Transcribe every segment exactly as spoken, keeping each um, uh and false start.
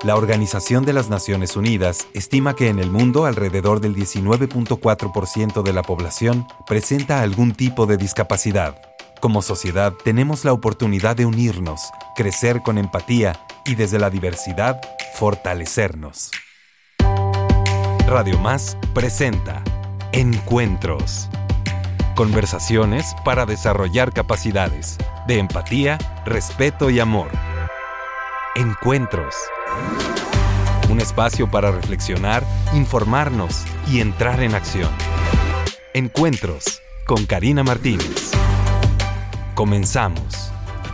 La Organización de las Naciones Unidas estima que en el mundo alrededor del diecinueve punto cuatro por ciento de la población presenta algún tipo de discapacidad. Como sociedad tenemos la oportunidad de unirnos, crecer con empatía y desde la diversidad, fortalecernos. Radio Más presenta Encuentros. Conversaciones para desarrollar capacidades de empatía, respeto y amor. Encuentros. Un espacio para reflexionar, informarnos y entrar en acción. Encuentros con Karina Martínez. Comenzamos.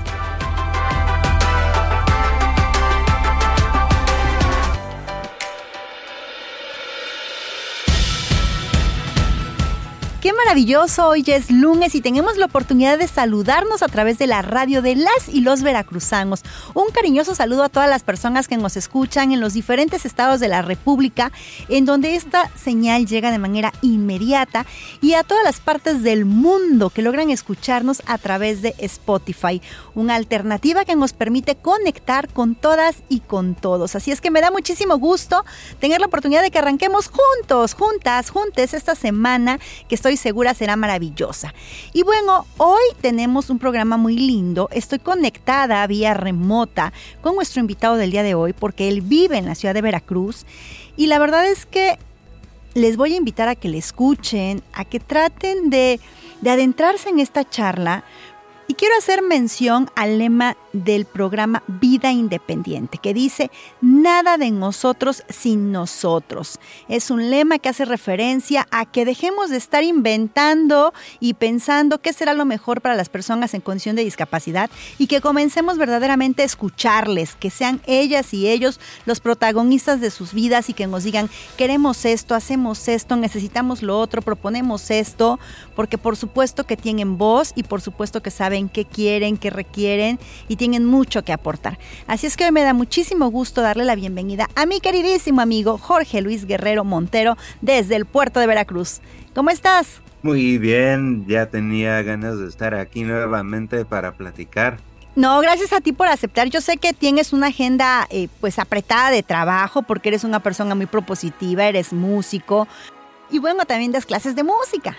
¡Qué maravilloso! Hoy ya es lunes y tenemos la oportunidad de saludarnos a través de la radio de las y los veracruzanos. Un cariñoso saludo a todas las personas que nos escuchan en los diferentes estados de la República, en donde esta señal llega de manera inmediata, y a todas las partes del mundo que logran escucharnos a través de Spotify, una alternativa que nos permite conectar con todas y con todos. Así es que me da muchísimo gusto tener la oportunidad de que arranquemos juntos, juntas, juntes esta semana que estoy segura será maravillosa. Y bueno, hoy tenemos un programa muy lindo. Estoy conectada vía remota con nuestro invitado del día de hoy porque él vive en la ciudad de Veracruz, y la verdad es que les voy a invitar a que le escuchen, a que traten de, de adentrarse en esta charla. Y quiero hacer mención al lema del programa Vida Independiente, que dice: nada de nosotros sin nosotros. Es un lema que hace referencia a que dejemos de estar inventando y pensando qué será lo mejor para las personas en condición de discapacidad, y que comencemos verdaderamente a escucharles, que sean ellas y ellos los protagonistas de sus vidas y que nos digan: queremos esto, hacemos esto, necesitamos lo otro, proponemos esto, porque por supuesto que tienen voz y por supuesto que saben qué quieren, qué requieren y tienen mucho que aportar. Así es que hoy me da muchísimo gusto darle la bienvenida a mi queridísimo amigo Jorge Luis Guerrero Montero desde el puerto de Veracruz. ¿Cómo estás? Muy bien, ya tenía ganas de estar aquí nuevamente para platicar. No, gracias a ti por aceptar. Yo sé que tienes una agenda eh, pues apretada de trabajo porque eres una persona muy propositiva, eres músico y bueno, también das clases de música.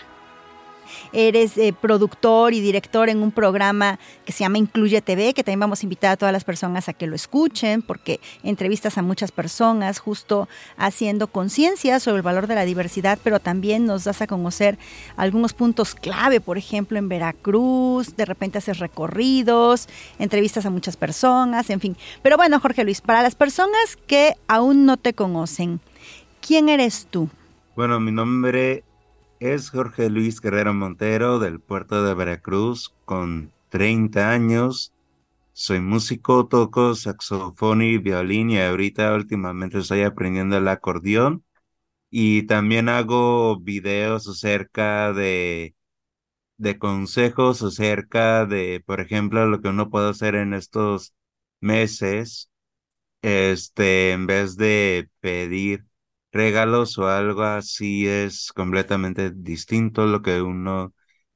Eres eh, productor y director en un programa que se llama Incluye T V, que también vamos a invitar a todas las personas a que lo escuchen, porque entrevistas a muchas personas justo haciendo conciencia sobre el valor de la diversidad, pero también nos das a conocer algunos puntos clave, por ejemplo, en Veracruz, de repente haces recorridos, entrevistas a muchas personas, en fin. Pero bueno, Jorge Luis, para las personas que aún no te conocen, ¿quién eres tú? Bueno, mi nombre es Jorge Luis Guerrero Montero, del puerto de Veracruz, con treinta años. Soy músico, toco saxofón y violín, y ahorita últimamente estoy aprendiendo el acordeón. Y también hago videos acerca de, de consejos acerca de, por ejemplo, lo que uno puede hacer en estos meses. Este, en vez de pedir regalos o algo así, es completamente distinto lo que uno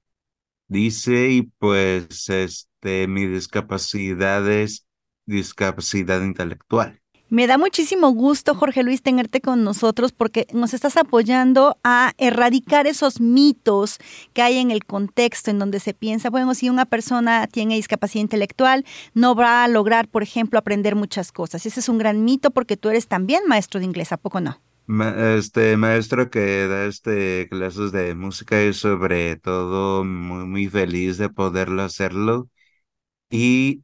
dice. Y pues, este, mi discapacidad es discapacidad intelectual. Me da muchísimo gusto, Jorge Luis, tenerte con nosotros porque nos estás apoyando a erradicar esos mitos que hay en el contexto en donde se piensa, bueno, si una persona tiene discapacidad intelectual, no va a lograr, por ejemplo, aprender muchas cosas. Ese es un gran mito porque tú eres también maestro de inglés, ¿a poco no? Ma- Este maestro que da este clases de música, y sobre todo muy, muy feliz de poderlo hacerlo. Y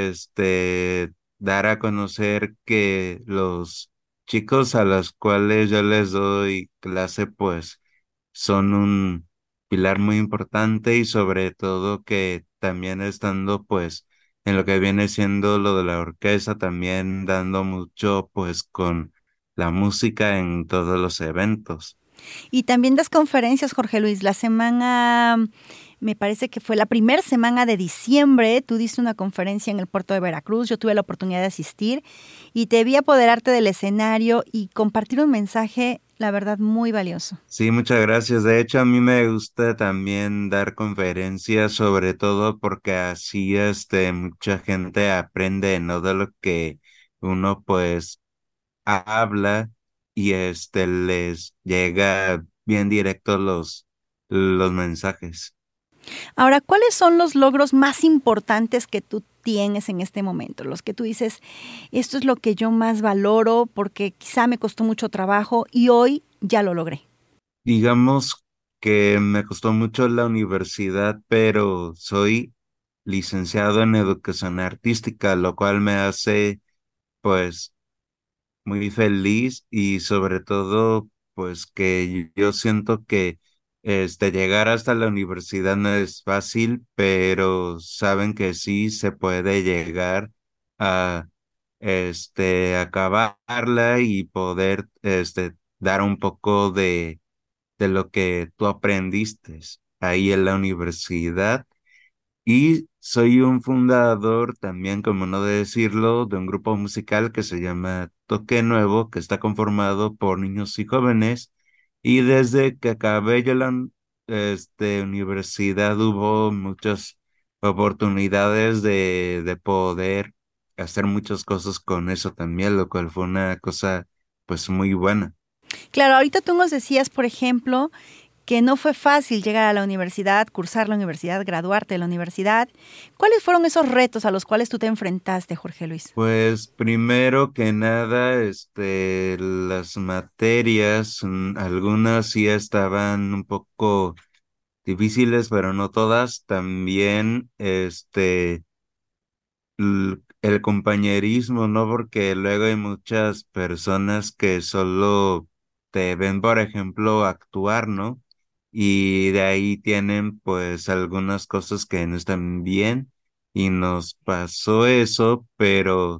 este dar a conocer que los chicos a los cuales yo les doy clase pues son un pilar muy importante, y sobre todo que también estando pues en lo que viene siendo lo de la orquesta, también dando mucho pues con la música en todos los eventos. Y también das conferencias, Jorge Luis. La semana, me parece que fue la primera semana de diciembre, tú diste una conferencia en el puerto de Veracruz. Yo tuve la oportunidad de asistir y te vi apoderarte del escenario y compartir un mensaje, la verdad, muy valioso. Sí, muchas gracias. De hecho, a mí me gusta también dar conferencias, sobre todo porque así este mucha gente aprende, ¿no? De lo que uno pues habla y este les llega bien directo los, los mensajes. Ahora, ¿cuáles son los logros más importantes que tú tienes en este momento? Los que tú dices, esto es lo que yo más valoro porque quizá me costó mucho trabajo y hoy ya lo logré. Digamos que me costó mucho la universidad, pero soy licenciado en educación artística, lo cual me hace pues muy feliz y sobre todo pues que yo siento que este llegar hasta la universidad no es fácil, pero saben que sí se puede llegar a este acabarla y poder este dar un poco de de lo que tú aprendiste ahí en la universidad. Y soy un fundador también, como no de decirlo, de un grupo musical que se llama Toque Nuevo, que está conformado por niños y jóvenes. Y desde que acabé yo la un- este, universidad hubo muchas oportunidades de, de poder hacer muchas cosas con eso también, lo cual fue una cosa pues muy buena. Claro, ahorita tú nos decías, por ejemplo, que no fue fácil llegar a la universidad, cursar la universidad, graduarte de la universidad. ¿Cuáles fueron esos retos a los cuales tú te enfrentaste, Jorge Luis? Pues primero que nada, este, las materias, mm, algunas sí estaban un poco difíciles, pero no todas. También, este, l- el compañerismo, ¿no? Porque luego hay muchas personas que solo te ven, por ejemplo, actuar, ¿no? Y de ahí tienen pues algunas cosas que no están bien y nos pasó eso, pero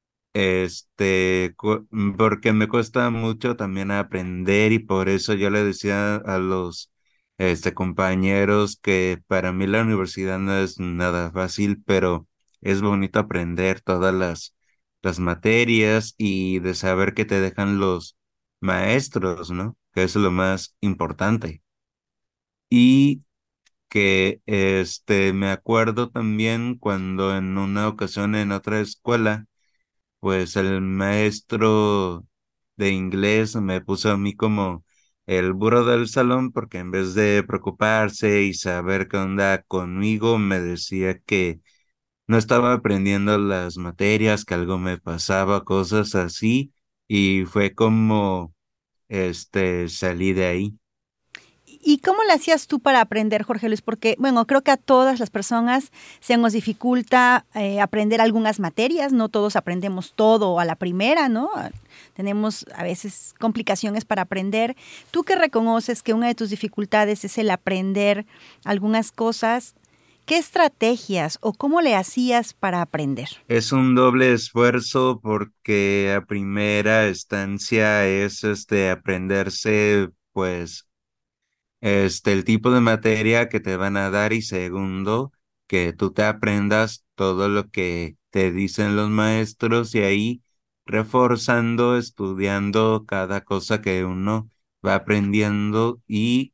este, cu- mm, porque me cuesta mucho también aprender y por eso yo le decía a los este, compañeros que para mí la universidad no es nada fácil, pero es bonito aprender todas las, las materias y de saber que te dejan los maestros, ¿no? Que es lo más importante. Y que este, me acuerdo también cuando en una ocasión en otra escuela, pues el maestro de inglés me puso a mí como el burro del salón porque en vez de preocuparse y saber qué onda conmigo, me decía que no estaba aprendiendo las materias, que algo me pasaba, cosas así, y fue como este salí de ahí. ¿Y cómo le hacías tú para aprender, Jorge Luis? Porque, bueno, creo que a todas las personas se nos dificulta eh, aprender algunas materias, no todos aprendemos todo a la primera, ¿no? Tenemos a veces complicaciones para aprender. Tú que reconoces que una de tus dificultades es el aprender algunas cosas, ¿qué estrategias o cómo le hacías para aprender? Es un doble esfuerzo porque a primera instancia es este aprenderse pues este, el tipo de materia que te van a dar y segundo, que tú te aprendas todo lo que te dicen los maestros y ahí reforzando, estudiando cada cosa que uno va aprendiendo y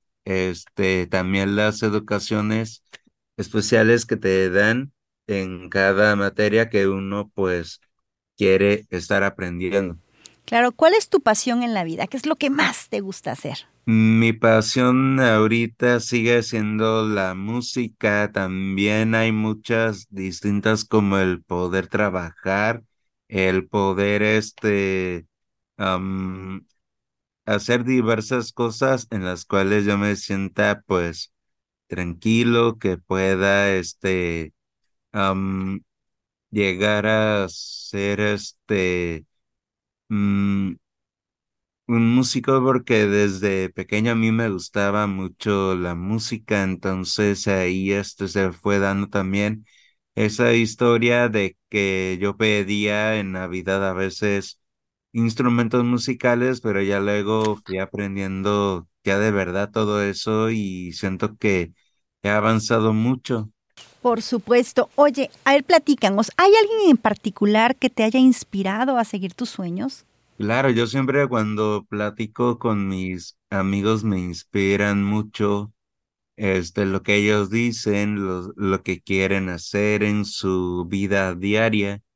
este, también las educaciones especiales que te dan en cada materia que uno pues quiere estar aprendiendo. Claro, ¿cuál es tu pasión en la vida? ¿Qué es lo que más te gusta hacer? Mi pasión ahorita sigue siendo la música. También hay muchas distintas como el poder trabajar, el poder este am, hacer diversas cosas en las cuales yo me sienta pues tranquilo, que pueda este am, llegar a ser este mm, un músico porque desde pequeño a mí me gustaba mucho la música, entonces ahí este se fue dando también esa historia de que yo pedía en Navidad a veces instrumentos musicales, pero ya luego fui aprendiendo ya de verdad todo eso y siento que he avanzado mucho. Por supuesto. Oye, a ver, platícanos. ¿Hay alguien en particular que te haya inspirado a seguir tus sueños? Claro, yo siempre cuando platico con mis amigos me inspiran mucho este, lo que ellos dicen, lo, lo que quieren hacer en su vida diaria.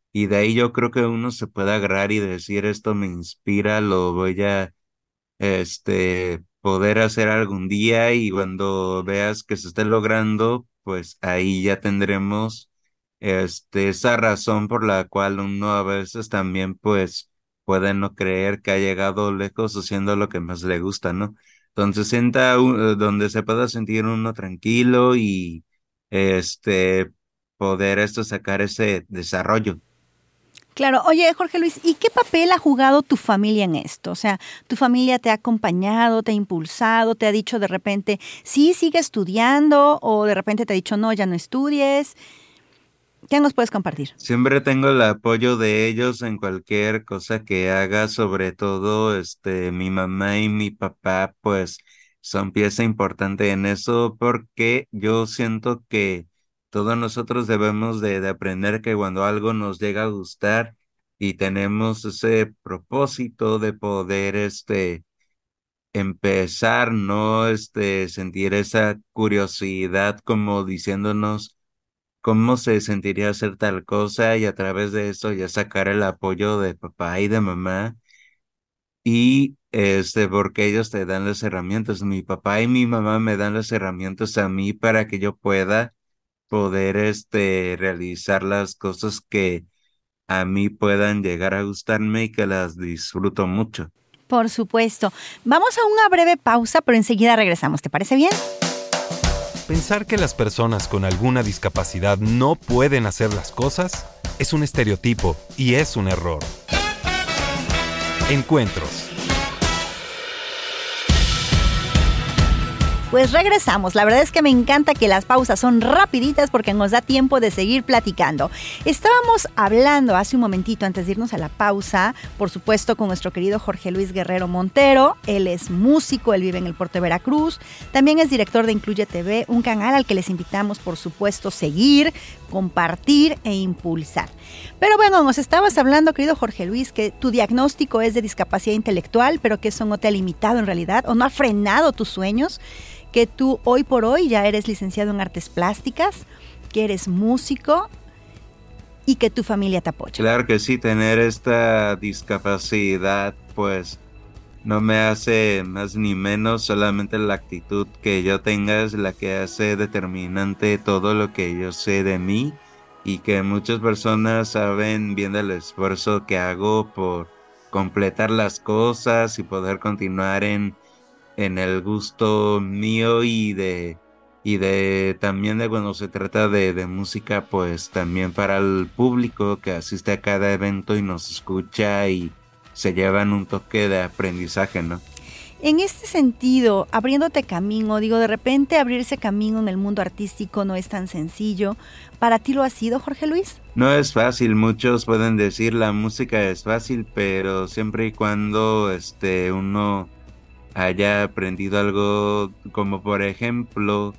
y de ahí yo creo que uno se puede agarrar y decir, esto me inspira, lo voy a este, poder hacer algún día y cuando veas que se esté logrando, pues ahí ya tendremos este, esa razón por la cual uno a veces también pues puede no creer que ha llegado lejos haciendo lo que más le gusta, ¿no? Entonces sienta u- eh, donde se pueda sentir uno tranquilo y este poder esto sacar ese desarrollo. Claro, oye Jorge Luis, ¿y qué papel ha jugado tu familia en esto? O sea, ¿tu familia te ha acompañado, te ha impulsado, te ha dicho de repente, sí, sigue estudiando, o de repente te ha dicho, no, ya no estudies? ¿Qué nos puedes compartir? Siempre tengo el apoyo de ellos en cualquier cosa que haga, sobre todo este mi mamá y mi papá, pues son pieza importante en eso porque yo siento que todos nosotros debemos de, de aprender que cuando algo nos llega a gustar y tenemos ese propósito de poder este empezar, no este sentir esa curiosidad como diciéndonos cómo se sentiría hacer tal cosa y a través de eso ya sacar el apoyo de papá y de mamá y este porque ellos te dan las herramientas. Mi papá y mi mamá me dan las herramientas a mí para que yo pueda poder este realizar las cosas que a mí puedan llegar a gustarme y que las disfruto mucho. Por supuesto. Vamos a una breve pausa, pero enseguida regresamos. ¿Te parece bien? Pensar que las personas con alguna discapacidad no pueden hacer las cosas es un estereotipo y es un error. Encuentros. Pues regresamos. La verdad es que me encanta que las pausas son rapiditas porque nos da tiempo de seguir platicando. Estábamos hablando hace un momentito antes de irnos a la pausa, por supuesto, con nuestro querido Jorge Luis Guerrero Montero. Él es músico, él vive en el puerto de Veracruz. También es director de Incluye T V, un canal al que les invitamos, por supuesto, seguir, compartir e impulsar. Pero bueno, nos estabas hablando, querido Jorge Luis, que tu diagnóstico es de discapacidad intelectual, pero que eso no te ha limitado en realidad o no ha frenado tus sueños, que tú hoy por hoy ya eres licenciado en artes plásticas, que eres músico y que tu familia te apoya. Claro que sí, tener esta discapacidad pues no me hace más ni menos, solamente la actitud que yo tenga es la que hace determinante todo lo que yo sé de mí y que muchas personas saben bien del esfuerzo que hago por completar las cosas y poder continuar en, en el gusto mío y de y de también de cuando se trata de, de música, pues también para el público que asiste a cada evento y nos escucha y se llevan un toque de aprendizaje, ¿no? En este sentido, abriéndote camino, digo, de repente abrirse camino en el mundo artístico no es tan sencillo. ¿Para ti lo ha sido, Jorge Luis? No es fácil, muchos pueden decir la música es fácil, pero siempre y cuando este uno haya aprendido algo, como por ejemplo,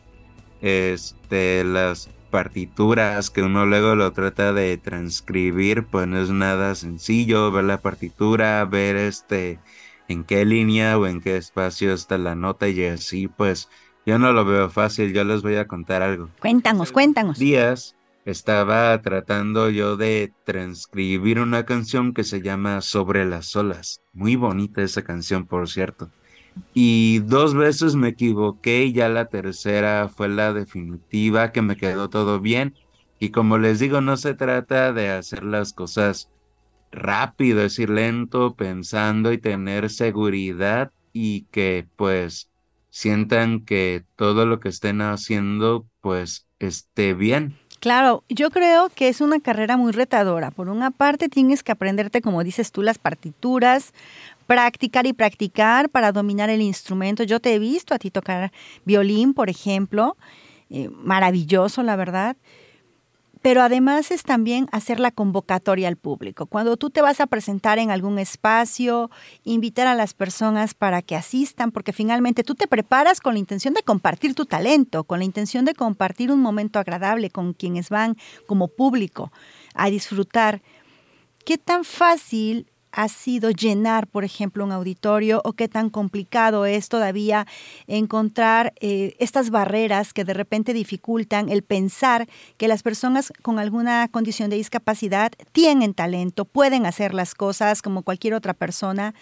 este las partituras que uno luego lo trata de transcribir, pues no es nada sencillo ver la partitura, ver este en qué línea o en qué espacio está la nota y así, pues yo no lo veo fácil. Yo les voy a contar algo. Cuéntanos, cuéntanos. Días estaba tratando yo de transcribir una canción que se llama Sobre las olas. Muy bonita esa canción, por cierto. Y dos veces me equivoqué y ya la tercera fue la definitiva, que me quedó todo bien. Y como les digo, no se trata de hacer las cosas rápido, es ir lento, pensando y tener seguridad y que pues sientan que todo lo que estén haciendo pues esté bien. Claro, yo creo que es una carrera muy retadora. Por una parte tienes que aprenderte, como dices tú, las partituras, practicar y practicar para dominar el instrumento. Yo te he visto a ti tocar violín, por ejemplo, eh, maravilloso, la verdad. Pero además es también hacer la convocatoria al público. Cuando tú te vas a presentar en algún espacio, invitar a las personas para que asistan, porque finalmente tú te preparas con la intención de compartir tu talento, con la intención de compartir un momento agradable con quienes van como público a disfrutar. ¿Qué tan fácil ha sido llenar, por ejemplo, un auditorio, o qué tan complicado es todavía encontrar eh, estas barreras que de repente dificultan el pensar que las personas con alguna condición de discapacidad tienen talento, pueden hacer las cosas como cualquier otra persona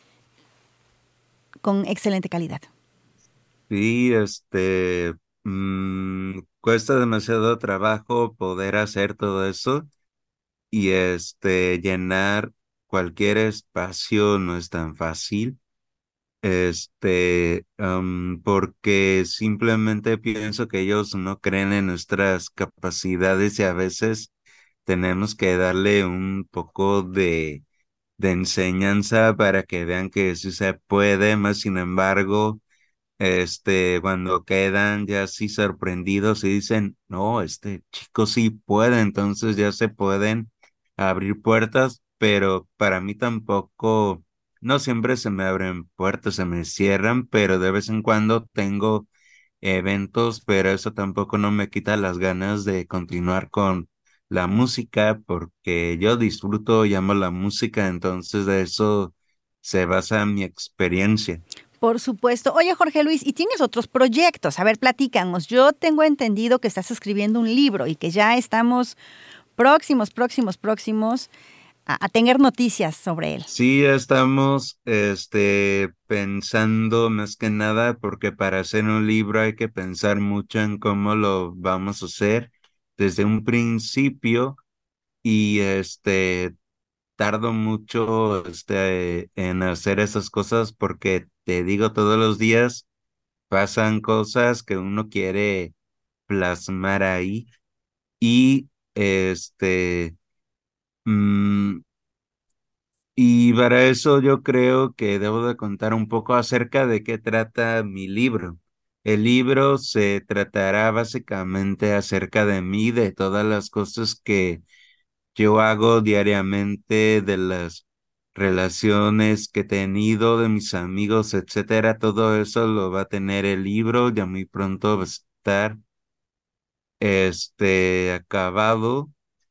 con excelente calidad. Sí, este, mm, cuesta demasiado trabajo poder hacer todo eso y este, llenar cualquier espacio no es tan fácil. Este, am, porque simplemente pienso que ellos no creen en nuestras capacidades y a veces tenemos que darle un poco de, de enseñanza para que vean que sí se puede, más sin embargo, este, cuando quedan ya así sorprendidos y dicen, no, este chico sí puede, entonces ya se pueden abrir puertas, pero para mí tampoco, no siempre se me abren puertas, se me cierran, pero de vez en cuando tengo eventos, pero eso tampoco no me quita las ganas de continuar con la música, porque yo disfruto y amo la música, entonces de eso se basa mi experiencia. Por supuesto. Oye, Jorge Luis, ¿y tienes otros proyectos? A ver, platícanos. Yo tengo entendido que estás escribiendo un libro y que ya estamos próximos, próximos, próximos a, a tener noticias sobre él. Sí, estamos este, pensando más que nada, porque para hacer un libro hay que pensar mucho en cómo lo vamos a hacer desde un principio y este, tardo mucho este, en hacer esas cosas porque te digo, todos los días pasan cosas que uno quiere plasmar ahí y este... mm, y para eso yo creo que debo de contar un poco acerca de qué trata mi libro. El libro se tratará básicamente acerca de mí, de todas las cosas que yo hago diariamente, de las relaciones que he tenido, de mis amigos, etcétera. Todo eso lo va a tener el libro, ya muy pronto va a estar este acabado.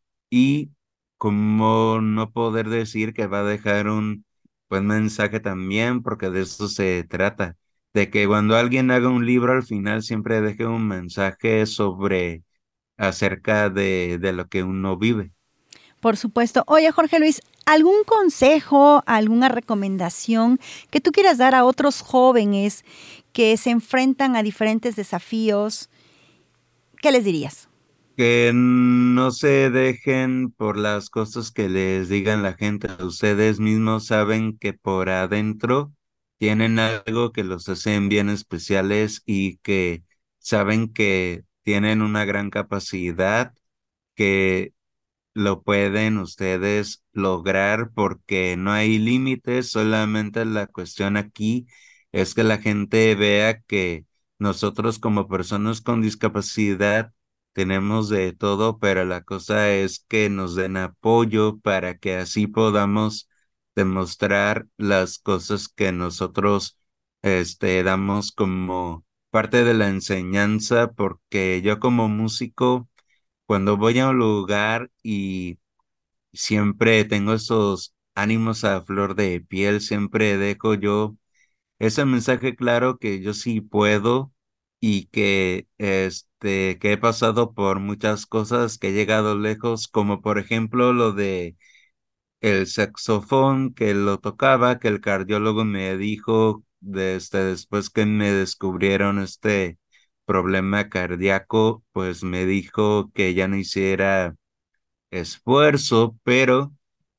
Y como no poder decir que va a dejar un buen mensaje también, porque de eso se trata, de que cuando alguien haga un libro al final siempre deje un mensaje sobre acerca de, de lo que uno vive. Por supuesto. Oye, Jorge Luis, ¿algún consejo, alguna recomendación que tú quieras dar a otros jóvenes que se enfrentan a diferentes desafíos? ¿Qué les dirías? Que no se dejen por las cosas que les digan la gente. Ustedes mismos saben que por adentro tienen algo que los hacen bien especiales y que saben que tienen una gran capacidad, que lo pueden ustedes lograr porque no hay límites, solamente la cuestión aquí es que la gente vea que nosotros como personas con discapacidad tenemos de todo, pero la cosa es que nos den apoyo para que así podamos demostrar las cosas que nosotros este damos como parte de la enseñanza, porque yo como músico cuando voy a un lugar y siempre tengo esos ánimos a flor de piel, siempre dejo yo ese mensaje claro que yo sí puedo y que este que he pasado por muchas cosas, que he llegado lejos, como por ejemplo lo de el saxofón que lo tocaba, que el cardiólogo me dijo desde después que me descubrieron este problema cardíaco, pues me dijo que ya no hiciera esfuerzo, pero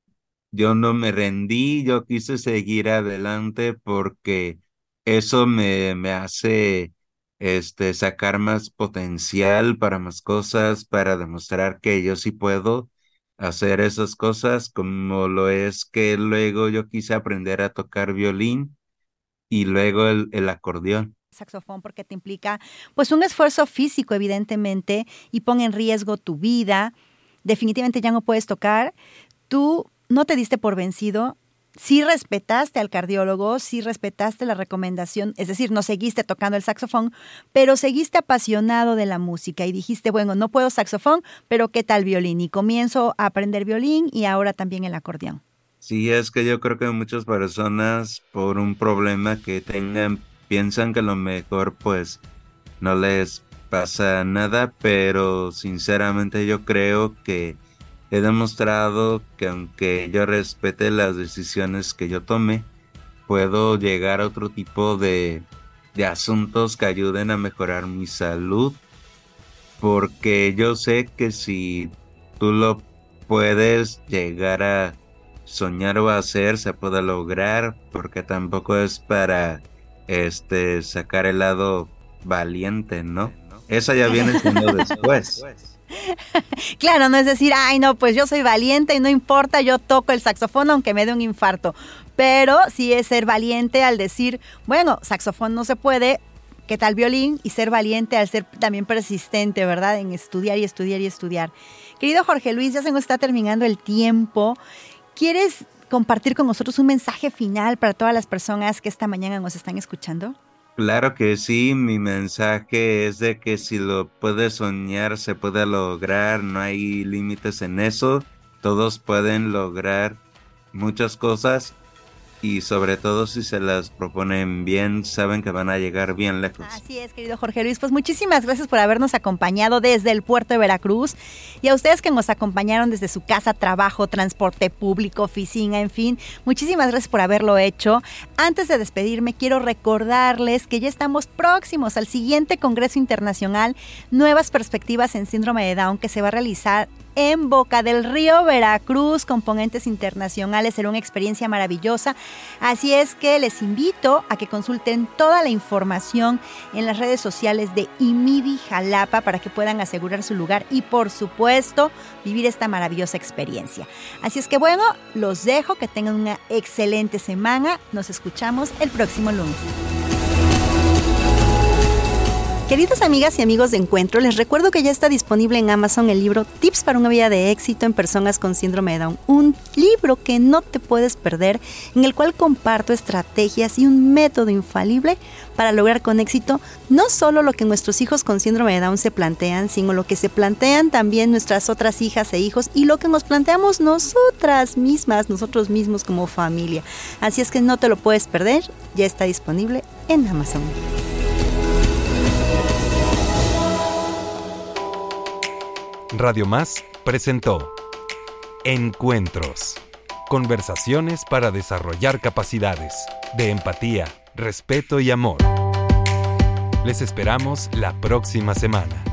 yo no me rendí, yo quise seguir adelante porque eso me, me hace este, sacar más potencial para más cosas, para demostrar que yo sí puedo hacer esas cosas, como lo es que luego yo quise aprender a tocar violín y luego el, el acordeón. Saxofón porque te implica pues un esfuerzo físico evidentemente y pone en riesgo tu vida. Definitivamente ya no puedes tocar. Tú no te diste por vencido. Sí respetaste al cardiólogo, sí respetaste la recomendación, es decir, no seguiste tocando el saxofón, pero seguiste apasionado de la música y dijiste, bueno, no puedo saxofón, pero ¿qué tal violín? Y comienzo a aprender violín y ahora también el acordeón. Sí, es que yo creo que muchas personas por un problema que tengan piensan que a lo mejor pues no les pasa nada, pero sinceramente yo creo que he demostrado que aunque yo respete las decisiones que yo tome, puedo llegar a otro tipo de, de asuntos que ayuden a mejorar mi salud, porque yo sé que si tú lo puedes llegar a soñar o hacer, se puede lograr, porque tampoco es para este sacar el lado valiente, ¿no? Eso ya viene siendo después. Claro, no es decir, ay no, pues yo soy valiente y no importa, yo toco el saxofón aunque me dé un infarto. Pero sí es ser valiente al decir, bueno, saxofón no se puede, ¿qué tal violín? Y ser valiente al ser también persistente, ¿verdad? En estudiar y estudiar y estudiar. Querido Jorge Luis, ya se nos está terminando el tiempo. ¿Quieres compartir con nosotros un mensaje final para todas las personas que esta mañana nos están escuchando? Claro que sí, mi mensaje es de que si lo puedes soñar, se puede lograr, no hay límites en eso, todos pueden lograr muchas cosas y sobre todo si se las proponen bien, saben que van a llegar bien lejos. Así es, querido Jorge Luis, pues muchísimas gracias por habernos acompañado desde el puerto de Veracruz y a ustedes que nos acompañaron desde su casa, trabajo, transporte público, oficina, en fin, muchísimas gracias por haberlo hecho. Antes de despedirme, quiero recordarles que ya estamos próximos al siguiente Congreso Internacional Nuevas Perspectivas en Síndrome de Down, que se va a realizar en Boca del Río, Veracruz, con ponentes internacionales. Será una experiencia maravillosa. Así es que les invito a que consulten toda la información en las redes sociales de I M I D I Jalapa para que puedan asegurar su lugar y, por supuesto, vivir esta maravillosa experiencia. Así es que, bueno, los dejo, que tengan una excelente semana. Nos escuchamos el próximo lunes. Queridas amigas y amigos de Encuentro, les recuerdo que ya está disponible en Amazon el libro Tips para una vida de éxito en personas con síndrome de Down. Un libro que no te puedes perder, en el cual comparto estrategias y un método infalible para lograr con éxito no solo lo que nuestros hijos con síndrome de Down se plantean, sino lo que se plantean también nuestras otras hijas e hijos y lo que nos planteamos nosotras mismas, nosotros mismos como familia. Así es que no te lo puedes perder, ya está disponible en Amazon. Radio Más presentó Encuentros. Conversaciones para desarrollar capacidades de empatía, respeto y amor. Les esperamos la próxima semana.